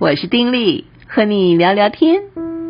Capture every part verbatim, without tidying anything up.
我是丁莉，和你聊聊天。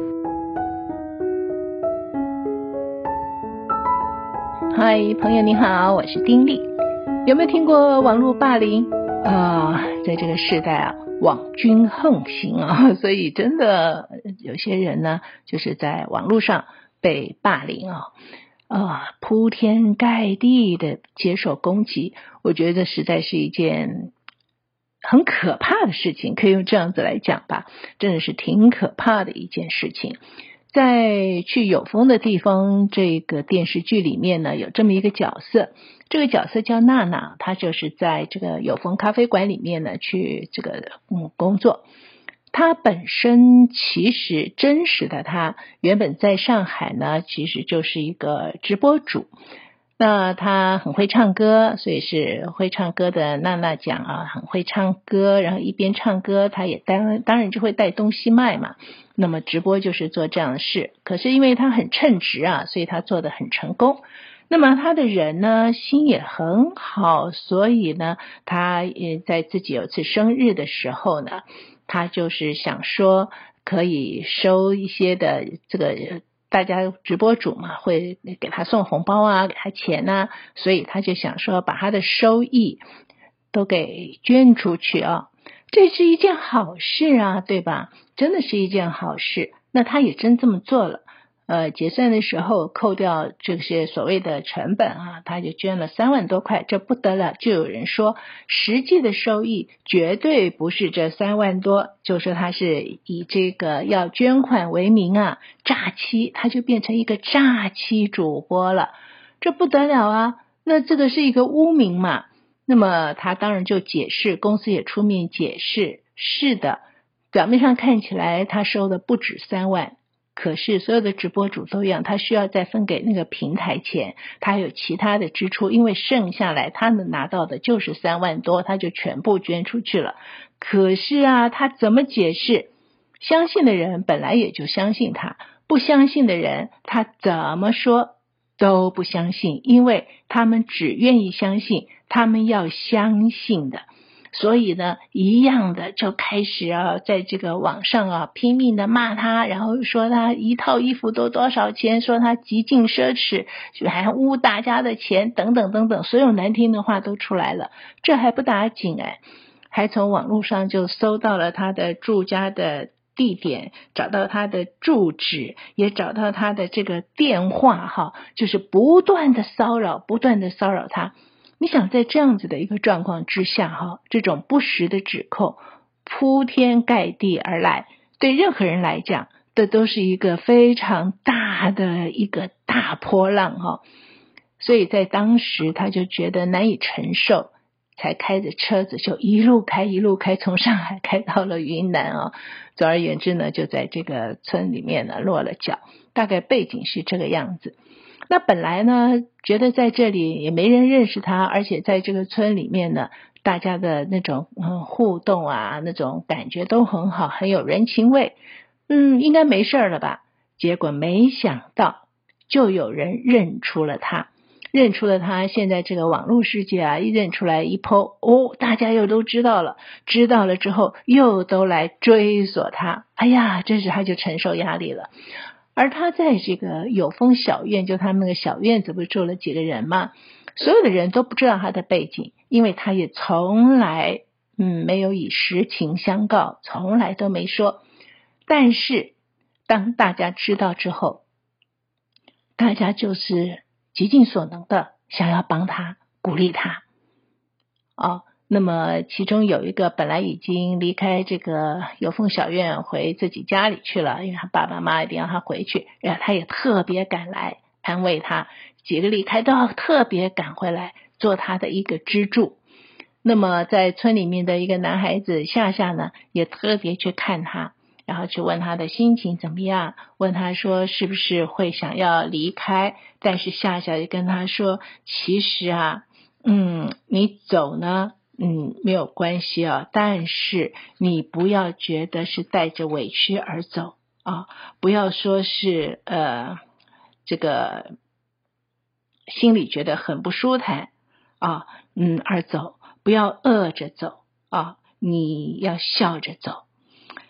嗨，朋友你好，我是丁莉。有没有听过网络霸凌啊、呃？在这个时代啊，网军横行啊，所以真的有些人呢，就是在网络上被霸凌啊，啊，铺天盖地的接受攻击，我觉得实在是一件很可怕的事情，可以用这样子来讲吧，真的是挺可怕的一件事情。在去有风的地方这个电视剧里面呢，有这么一个角色，这个角色叫娜娜，她就是在这个有风咖啡馆里面呢去这个嗯工作。她本身其实真实的她原本在上海呢，其实就是一个直播主。那他很会唱歌，所以是会唱歌的娜娜讲啊，很会唱歌，然后一边唱歌，他也当当然就会带东西卖嘛。那么直播就是做这样的事，可是因为他很称职啊，所以他做得很成功。那么他的人呢，心也很好，所以呢，他也在自己有次生日的时候呢，他就是想说可以收一些的这个。大家直播主嘛，会给他送红包啊，给他钱啊，所以他就想说把他的收益都给捐出去啊，这是一件好事啊，对吧？真的是一件好事。那他也真这么做了，呃，结算的时候扣掉这些所谓的成本啊，他就捐了三万多块，这不得了。就有人说，实际的收益绝对不是这三万多，就说他是以这个要捐款为名啊，诈欺，他就变成一个诈欺主播了，这不得了啊！那这个是一个污名嘛。那么他当然就解释，公司也出面解释，是的，表面上看起来他收的不止三万。可是所有的直播主都一样，他需要再分给那个平台钱，他还有其他的支出，因为剩下来他能拿到的就是三万多，他就全部捐出去了。可是啊，他怎么解释？相信的人本来也就相信他，不相信的人他怎么说都不相信，因为他们只愿意相信他们要相信的。所以呢，一样的就开始啊，在这个网上啊拼命的骂他，然后说他一套衣服都多少钱，说他极尽奢侈，还污大家的钱，等等等等，所有难听的话都出来了。这还不打紧哎，还从网络上就搜到了他的住家的地点，找到他的住址，也找到他的这个电话哈，就是不断的骚扰，不断的骚扰他。你想在这样子的一个状况之下哈，这种不实的指控铺天盖地而来，对任何人来讲，这都是一个非常大的一个大波浪哈。所以在当时他就觉得难以承受，才开着车子就一路开一路开，从上海开到了云南啊。总而言之呢，就在这个村里面呢落了脚，大概背景是这个样子。那本来呢，觉得在这里也没人认识他，而且在这个村里面呢，大家的那种嗯互动啊，那种感觉都很好，很有人情味，嗯，应该没事了吧？结果没想到，就有人认出了他，认出了他。现在这个网络世界啊，一认出来一 po， 哦，大家又都知道了，知道了之后又都来追索他，哎呀，真是他就承受压力了。而他在这个有风小院，就他们那个小院子不是住了几个人吗？所有的人都不知道他的背景，因为他也从来嗯没有以实情相告，从来都没说。但是当大家知道之后，大家就是极尽所能的想要帮他，鼓励他。哦，那么其中有一个本来已经离开这个有风小院回自己家里去了，因为他爸爸妈妈一定要他回去，然后他也特别赶来安慰他，几个离开都要特别赶回来做他的一个支柱。那么在村里面的一个男孩子夏夏呢，也特别去看他，然后去问他的心情怎么样，问他说是不是会想要离开，但是夏夏就跟他说，其实啊嗯，你走呢，嗯，没有关系啊，但是你不要觉得是带着委屈而走啊，不要说是呃，这个心里觉得很不舒坦啊，嗯，而走，不要饿着走啊，你要笑着走。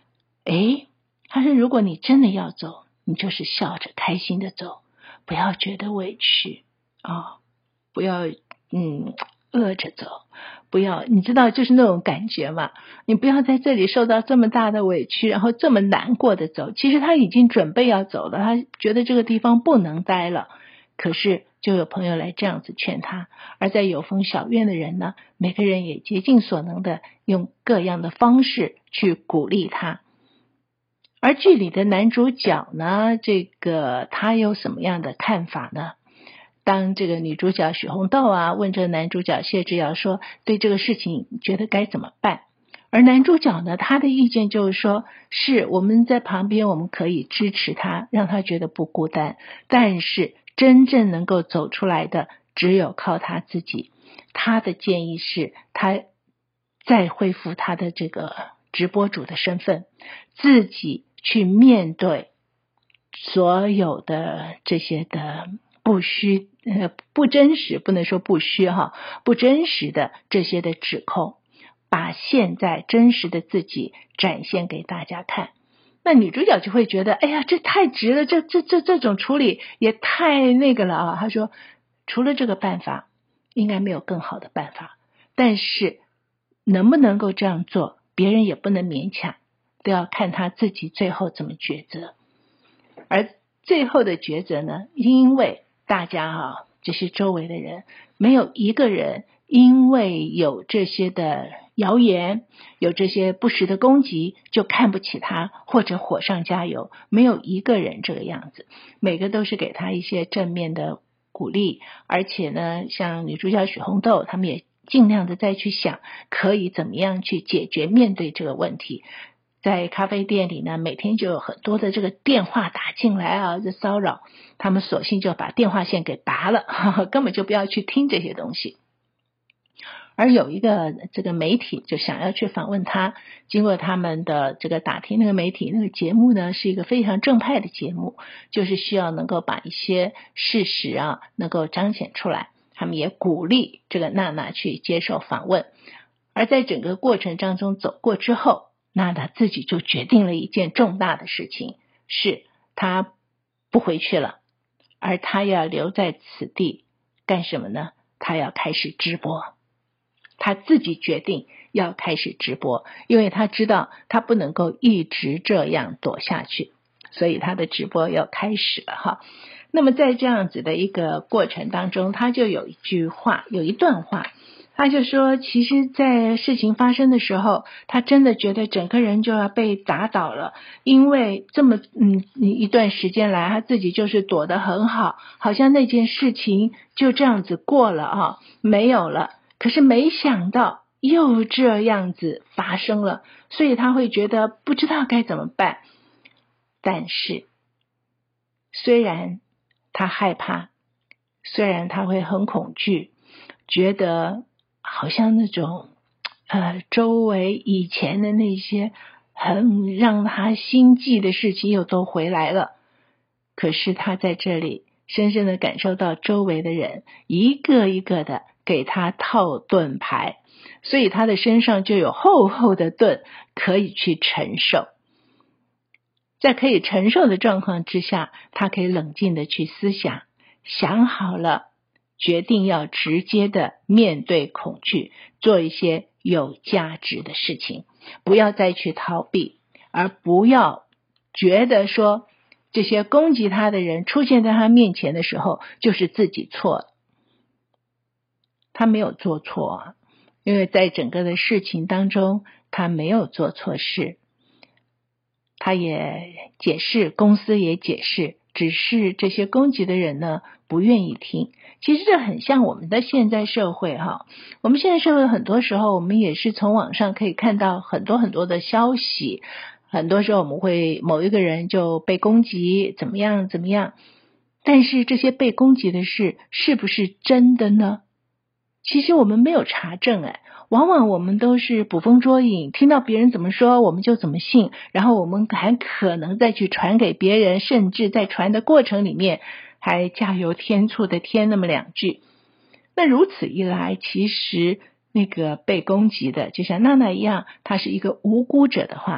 诶，他说如果你真的要走，你就是笑着开心的走，不要觉得委屈啊、哦，不要嗯饿着走，不要，你知道就是那种感觉嘛，你不要在这里受到这么大的委屈，然后这么难过的走。其实他已经准备要走了，他觉得这个地方不能待了，可是就有朋友来这样子劝他。而在有风小院的人呢，每个人也竭尽所能的用各样的方式去鼓励他。而剧里的男主角呢，这个他有什么样的看法呢？当这个女主角许红豆啊问这个男主角谢之遥说，对这个事情你觉得该怎么办？而男主角呢，他的意见就是说，是我们在旁边我们可以支持他，让他觉得不孤单，但是真正能够走出来的只有靠他自己。他的建议是，他再恢复他的这个直播主的身份，自己去面对所有的这些的不虚呃不真实，不能说不虚哈，不真实的这些的指控，把现在真实的自己展现给大家看。那女主角就会觉得，哎呀，这太直了，这这这这种处理也太那个了啊。她说，除了这个办法，应该没有更好的办法。但是能不能够这样做，别人也不能勉强，都要看他自己最后怎么抉择。而最后的抉择呢，因为大家啊，这些周围的人，没有一个人因为有这些的谣言，有这些不实的攻击，就看不起他或者火上加油，没有一个人这个样子，每个都是给他一些正面的鼓励。而且呢，像女主角许红豆，他们也尽量的再去想可以怎么样去解决面对这个问题。在咖啡店里呢，每天就有很多的这个电话打进来啊，这骚扰，他们索性就把电话线给拔了，呵呵，根本就不要去听这些东西。而有一个这个媒体就想要去访问他，经过他们的这个打听，那个媒体那个节目呢是一个非常正派的节目，就是需要能够把一些事实啊能够彰显出来，他们也鼓励这个娜娜去接受访问。而在整个过程当中走过之后，娜娜自己就决定了一件重大的事情，是她不回去了，而她要留在此地干什么呢？她要开始直播，她自己决定要开始直播，因为她知道她不能够一直这样躲下去，所以她的直播要开始了哈。那么在这样子的一个过程当中，她就有一句话，有一段话，他就说，其实在事情发生的时候，他真的觉得整个人就要被打倒了，因为这么嗯一段时间来，他自己就是躲得很好，好像那件事情就这样子过了啊，没有了。可是没想到又这样子发生了，所以他会觉得不知道该怎么办。但是虽然他害怕，虽然他会很恐惧，觉得好像那种呃，周围以前的那些很让他心悸的事情又都回来了，可是他在这里深深的感受到周围的人一个一个的给他套盾牌，所以他的身上就有厚厚的盾可以去承受。在可以承受的状况之下，他可以冷静的去思想，想好了决定要直接的面对恐惧，做一些有价值的事情，不要再去逃避，而不要觉得说这些攻击他的人出现在他面前的时候就是自己错了。他没有做错啊，因为在整个的事情当中他没有做错事，他也解释，公司也解释，只是这些攻击的人呢不愿意听。其实这很像我们的现在社会哈，我们现在社会很多时候我们也是从网上可以看到很多很多的消息，很多时候我们会某一个人就被攻击怎么样怎么样，但是这些被攻击的事是不是真的呢？其实我们没有查证哎，往往我们都是捕风捉影，听到别人怎么说我们就怎么信，然后我们还可能再去传给别人，甚至在传的过程里面还加油添醋的添那么两句。那如此一来，其实那个被攻击的就像娜娜一样，她是一个无辜者的话，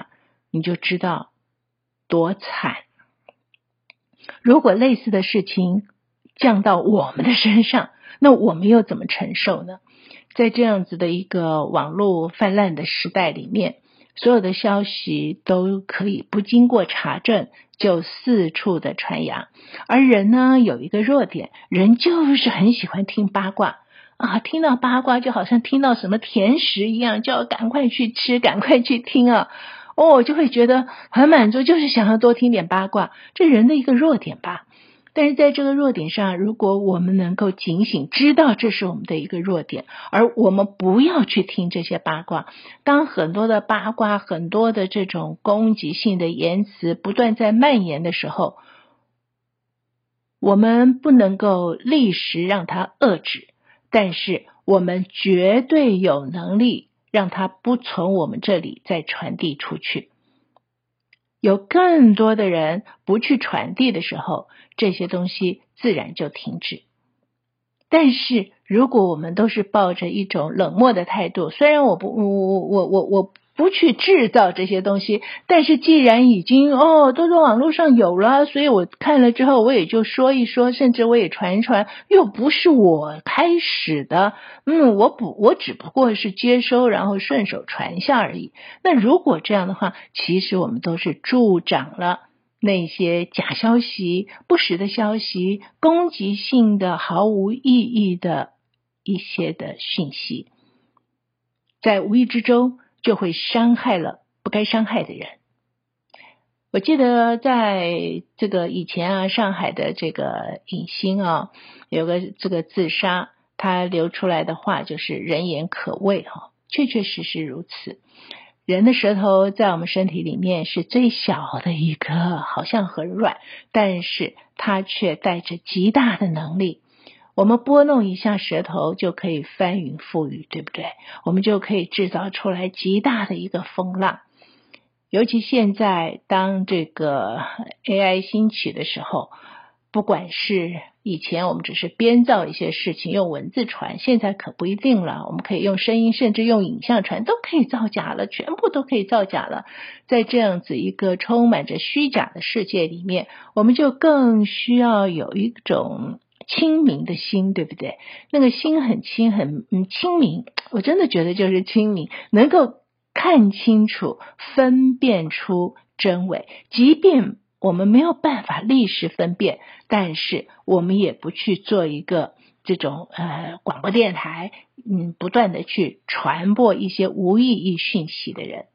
你就知道多惨。如果类似的事情降到我们的身上，那我们又怎么承受呢？在这样子的一个网络泛滥的时代里面，所有的消息都可以不经过查证就四处的传扬，而人呢有一个弱点，人就是很喜欢听八卦啊，听到八卦就好像听到什么甜食一样，就要赶快去吃，赶快去听啊，哦，就会觉得很满足，就是想要多听点八卦，这人的一个弱点吧。但是在这个弱点上，如果我们能够警醒，知道这是我们的一个弱点，而我们不要去听这些八卦。当很多的八卦，很多的这种攻击性的言辞不断在蔓延的时候，我们不能够立时让它遏制，但是我们绝对有能力让它不从我们这里再传递出去。有更多的人不去传递的时候，这些东西自然就停止。但是如果我们都是抱着一种冷漠的态度，虽然我不我我我我不去制造这些东西，但是既然已经哦都在网络上有了，所以我看了之后我也就说一说，甚至我也传一传，又不是我开始的，嗯，我不我只不过是接收然后顺手传下而已。那如果这样的话，其实我们都是助长了那些假消息、不实的消息、攻击性的毫无意义的一些的讯息，在无意之中就会伤害了不该伤害的人。我记得在这个以前啊，上海的这个影星啊，有个这个自杀，他流出来的话就是人言可畏啊，确确实实如此。人的舌头在我们身体里面是最小的一个，好像很软，但是它却带着极大的能力。我们拨弄一下舌头就可以翻云覆雨，对不对？我们就可以制造出来极大的一个风浪。尤其现在当这个 A I 兴起的时候，不管是以前我们只是编造一些事情用文字传，现在可不一定了，我们可以用声音甚至用影像传，都可以造假了，全部都可以造假了。在这样子一个充满着虚假的世界里面，我们就更需要有一种清明的心，对不对？那个心很清很嗯清明，我真的觉得就是清明，能够看清楚分辨出真伪，即便我们没有办法立时分辨，但是我们也不去做一个这种呃广播电台嗯不断的去传播一些无意义讯息的人。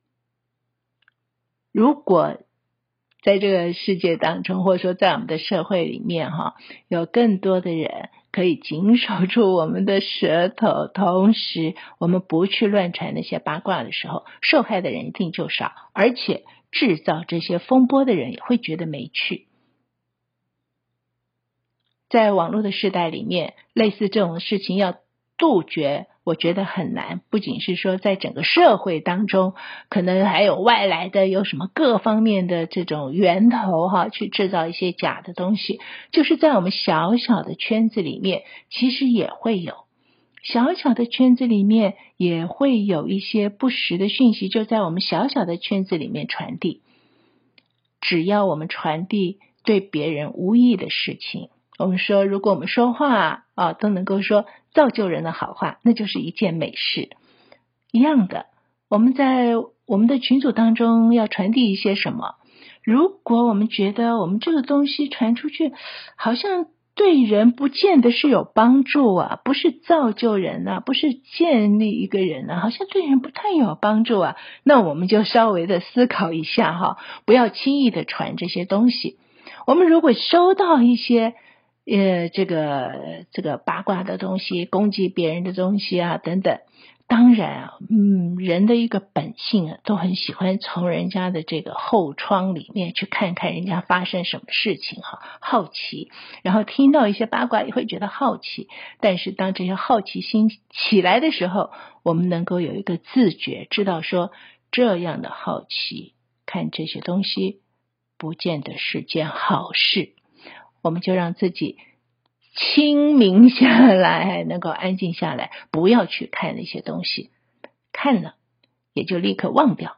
如果在这个世界当中，或者说在我们的社会里面哈，有更多的人可以谨守住我们的舌头，同时我们不去乱传那些八卦的时候，受害的人一定就少，而且制造这些风波的人也会觉得没趣。在网络的时代里面，类似这种事情要杜绝，我觉得很难。不仅是说在整个社会当中，可能还有外来的有什么各方面的这种源头哈，去制造一些假的东西，就是在我们小小的圈子里面其实也会有，小小的圈子里面也会有一些不实的讯息，就在我们小小的圈子里面传递。只要我们传递对别人无益的事情，我们说如果我们说话啊都能够说造就人的好话，那就是一件美事。一样的，我们在我们的群组当中要传递一些什么，如果我们觉得我们这个东西传出去好像对人不见得是有帮助啊，不是造就人啊，不是建立一个人啊，好像对人不太有帮助啊，那我们就稍微的思考一下哈，不要轻易的传这些东西。我们如果收到一些呃这个这个八卦的东西，攻击别人的东西啊等等，当然啊，嗯，人的一个本性啊，都很喜欢从人家的这个后窗里面去看看人家发生什么事情哈，好奇，然后听到一些八卦也会觉得好奇。但是当这些好奇心起来的时候，我们能够有一个自觉，知道说这样的好奇看这些东西不见得是件好事，我们就让自己清明下来，能够安静下来，不要去看那些东西，看了也就立刻忘掉，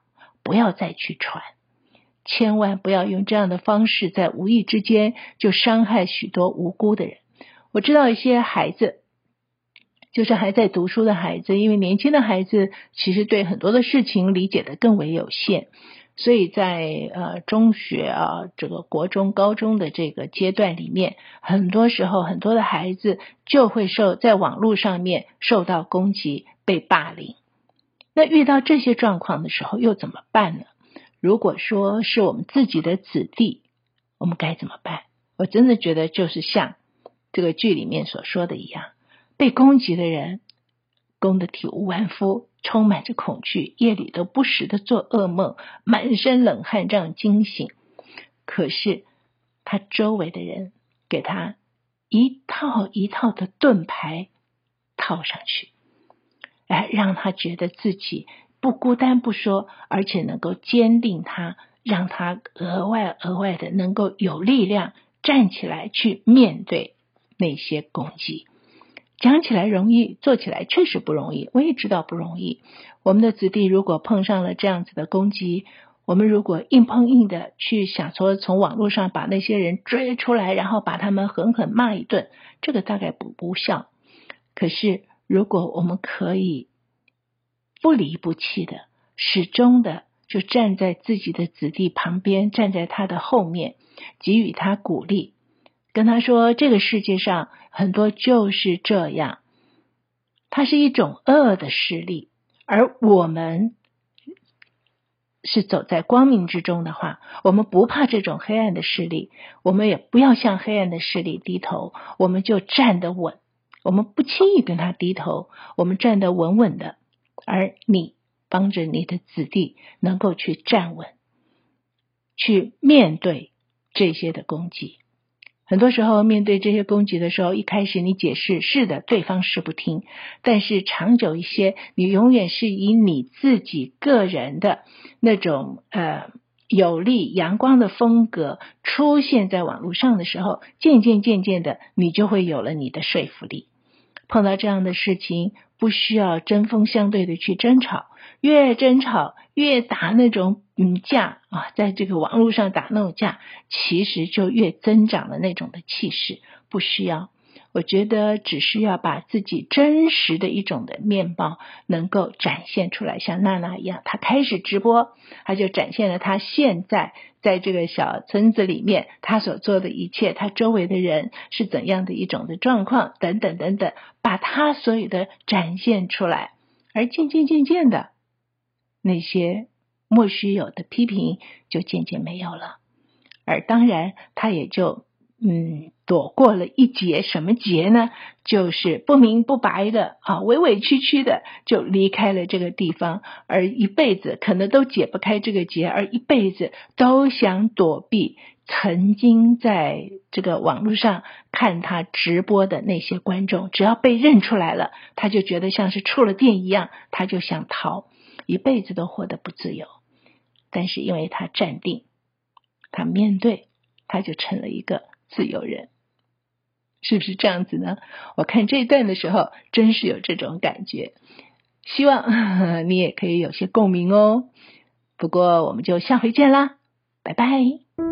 不要再去传，千万不要用这样的方式在无意之间就伤害许多无辜的人。我知道一些孩子，就是还在读书的孩子，因为年轻的孩子其实对很多的事情理解的更为有限，所以在呃中学啊，这个国中高中的这个阶段里面，很多时候很多的孩子就会受在网络上面受到攻击，被霸凌。那遇到这些状况的时候又怎么办呢？如果说是我们自己的子弟，我们该怎么办？我真的觉得就是像这个剧里面所说的一样，被攻击的人攻得体无完肤，充满着恐惧，夜里都不时的做噩梦，满身冷汗这样惊醒。可是他周围的人给他一套一套的盾牌套上去，来让他觉得自己不孤单不说，而且能够坚定他，让他额外额外的能够有力量站起来去面对那些攻击。讲起来容易，做起来确实不容易，我也知道不容易。我们的子弟如果碰上了这样子的攻击，我们如果硬碰硬的去想说从网络上把那些人追出来，然后把他们狠狠骂一顿，这个大概不无效。可是如果我们可以不离不弃的，始终的就站在自己的子弟旁边，站在他的后面，给予他鼓励，跟他说这个世界上很多就是这样，它是一种恶的势力，而我们是走在光明之中的话，我们不怕这种黑暗的势力，我们也不要向黑暗的势力低头，我们就站得稳，我们不轻易跟他低头，我们站得稳稳的，而你帮着你的子弟能够去站稳，去面对这些的攻击。很多时候面对这些攻击的时候，一开始你解释是的，对方是不听，但是长久一些，你永远是以你自己个人的那种呃有力阳光的风格出现在网络上的时候，渐渐渐渐的你就会有了你的说服力。碰到这样的事情，不需要针锋相对的去争吵，越争吵越打那种嗯架啊，在这个网络上打那种架，其实就越增长了那种的气势，不需要。我觉得只是要把自己真实的一种的面貌能够展现出来，像娜娜一样，她开始直播，她就展现了她现在在这个小村子里面她所做的一切，她周围的人是怎样的一种的状况等等等等，把她所有的展现出来，而渐渐渐渐的那些莫须有的批评就渐渐没有了，而当然她也就嗯，躲过了一劫，什么劫呢？就是不明不白的啊，委委屈屈的就离开了这个地方，而一辈子可能都解不开这个结，而一辈子都想躲避曾经在这个网络上看他直播的那些观众，只要被认出来了，他就觉得像是触了电一样，他就想逃，一辈子都活得不自由。但是因为他站定，他面对，他就成了一个自由人，是不是这样子呢？我看这一段的时候真是有这种感觉，希望呵呵你也可以有些共鸣哦。不过我们就下回见啦，拜拜。